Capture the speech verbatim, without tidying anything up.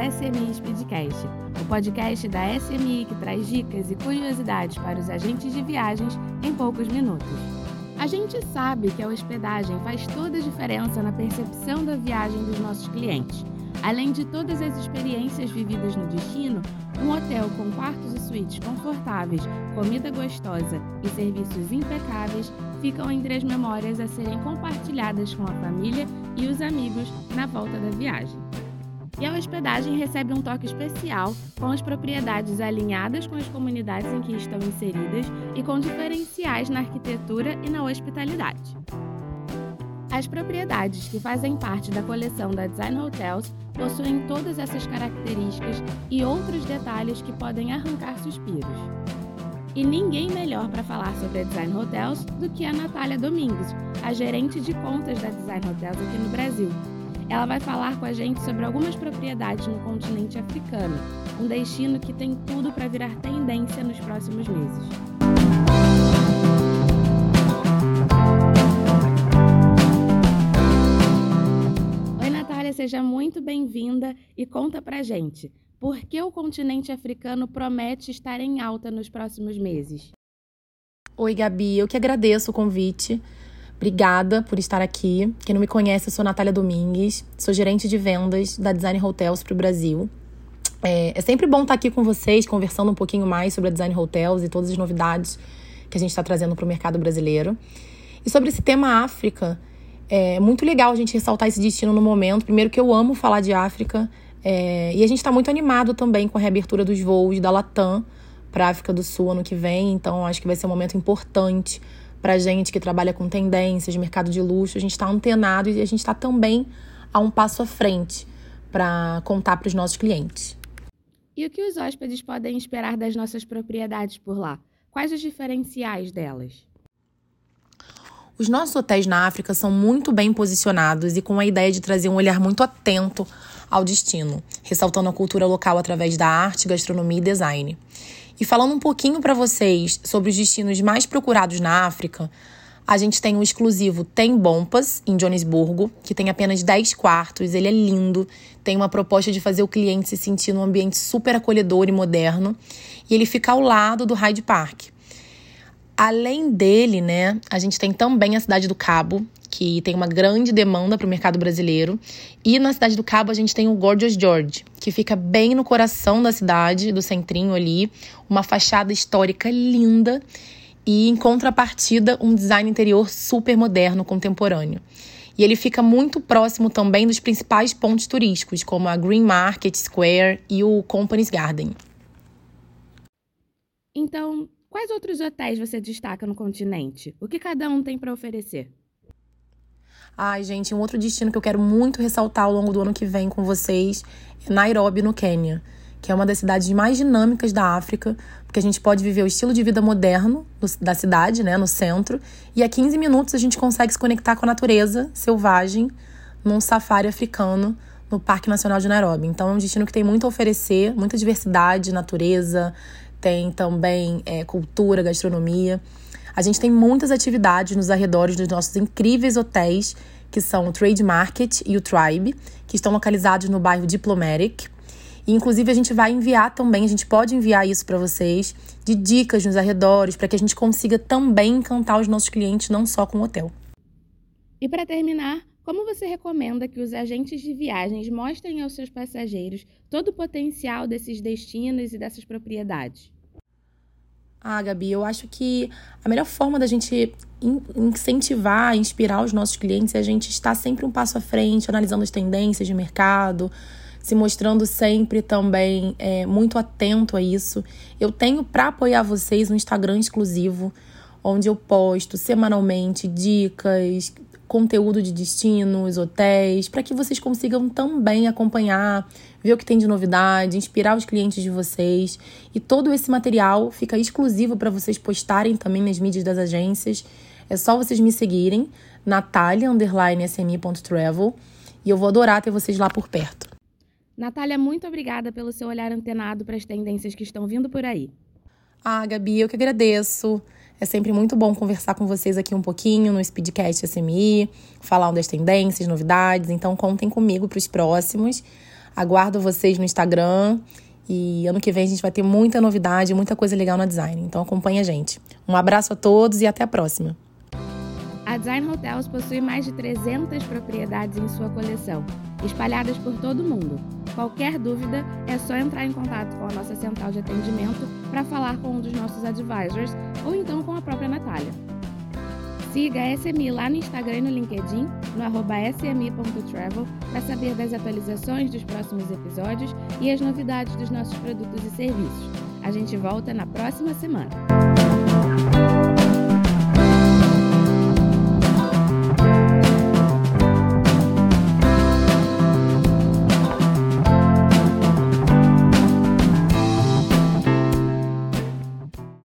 S M I Speedcast, o podcast da S M I que traz dicas e curiosidades para os agentes de viagens em poucos minutos. A gente sabe que a hospedagem faz toda a diferença na percepção da viagem dos nossos clientes. Além de todas as experiências vividas no destino, um hotel com quartos e suítes confortáveis, comida gostosa e serviços impecáveis ficam entre as memórias a serem compartilhadas com a família e os amigos na volta da viagem. E a hospedagem recebe um toque especial com as propriedades alinhadas com as comunidades em que estão inseridas e com diferenciais na arquitetura e na hospitalidade. As propriedades que fazem parte da coleção da Design Hotels possuem todas essas características e outros detalhes que podem arrancar suspiros. E ninguém melhor para falar sobre a Design Hotels do que a Natália Domingues, a gerente de contas da Design Hotels aqui no Brasil. Ela vai falar com a gente sobre algumas propriedades no continente africano, um destino que tem tudo para virar tendência nos próximos meses. Seja muito bem-vinda e conta pra gente, por que o continente africano promete estar em alta nos próximos meses? Oi, Gabi, eu que agradeço o convite. Obrigada por estar aqui. Quem não me conhece, eu sou Natália Domingues, sou gerente de vendas da Design Hotels para o Brasil. É, é sempre bom estar aqui com vocês, conversando um pouquinho mais sobre a Design Hotels e todas as novidades que a gente está trazendo para o mercado brasileiro. E sobre esse tema África, é muito legal a gente ressaltar esse destino no momento. Primeiro que eu amo falar de África. É, e a gente está muito animado também com a reabertura dos voos da Latam para a África do Sul ano que vem. Então, acho que vai ser um momento importante para a gente que trabalha com tendências, mercado de luxo. A gente está antenado e a gente está também a um passo à frente para contar para os nossos clientes. E o que os hóspedes podem esperar das nossas propriedades por lá? Quais os diferenciais delas? Os nossos hotéis na África são muito bem posicionados e com a ideia de trazer um olhar muito atento ao destino, ressaltando a cultura local através da arte, gastronomia e design. E falando um pouquinho para vocês sobre os destinos mais procurados na África, a gente tem o exclusivo Tem Bompas, em Joanesburgo, que tem apenas dez quartos, ele é lindo, tem uma proposta de fazer o cliente se sentir num ambiente super acolhedor e moderno, e ele fica ao lado do Hyde Park. Além dele, né, a gente tem também a Cidade do Cabo, que tem uma grande demanda para o mercado brasileiro. E na Cidade do Cabo a gente tem o Gorgeous George, que fica bem no coração da cidade, do centrinho ali. Uma fachada histórica linda e, em contrapartida, um design interior super moderno, contemporâneo. E ele fica muito próximo também dos principais pontos turísticos, como a Green Market Square e o Companies Garden. Então, quais outros hotéis você destaca no continente? O que cada um tem para oferecer? Ai, gente, um outro destino que eu quero muito ressaltar ao longo do ano que vem com vocês é Nairobi, no Quênia, que é uma das cidades mais dinâmicas da África, porque a gente pode viver o estilo de vida moderno da cidade, né, no centro, e a quinze minutos a gente consegue se conectar com a natureza selvagem num safari africano no Parque Nacional de Nairobi. Então é um destino que tem muito a oferecer, muita diversidade, natureza, tem também é, cultura, gastronomia. A gente tem muitas atividades nos arredores dos nossos incríveis hotéis, que são o Trade Market e o Tribe, que estão localizados no bairro Diplomatic. E, inclusive, a gente vai enviar também, a gente pode enviar isso para vocês, de dicas nos arredores, para que a gente consiga também encantar os nossos clientes, não só com o hotel. E para terminar, como você recomenda que os agentes de viagens mostrem aos seus passageiros todo o potencial desses destinos e dessas propriedades? Ah, Gabi, eu acho que a melhor forma da gente incentivar, inspirar os nossos clientes é a gente estar sempre um passo à frente, analisando as tendências de mercado, se mostrando sempre também é, muito atento a isso. Eu tenho para apoiar vocês um Instagram exclusivo, onde eu posto semanalmente dicas, conteúdo de destinos, hotéis, para que vocês consigam também acompanhar, ver o que tem de novidade, inspirar os clientes de vocês. E todo esse material fica exclusivo para vocês postarem também nas mídias das agências. É só vocês me seguirem, Natalia, underline, smi.travel, e eu vou adorar ter vocês lá por perto. Natália, muito obrigada pelo seu olhar antenado para as tendências que estão vindo por aí. Ah, Gabi, eu que agradeço. É sempre muito bom conversar com vocês aqui um pouquinho no Speedcast S M I, falar das tendências, novidades. Então, contem comigo para os próximos. Aguardo vocês no Instagram e ano que vem a gente vai ter muita novidade, muita coisa legal na Design. Então acompanhe a gente. Um abraço a todos e até a próxima. A Design Hotels possui mais de trezentas propriedades em sua coleção, espalhadas por todo o mundo. Qualquer dúvida, é só entrar em contato com a nossa central de atendimento para falar com um dos nossos advisors ou então com a própria Natália. Siga a S M I lá no Instagram e no LinkedIn, no arroba s m i ponto travel, para saber das atualizações dos próximos episódios e as novidades dos nossos produtos e serviços. A gente volta na próxima semana.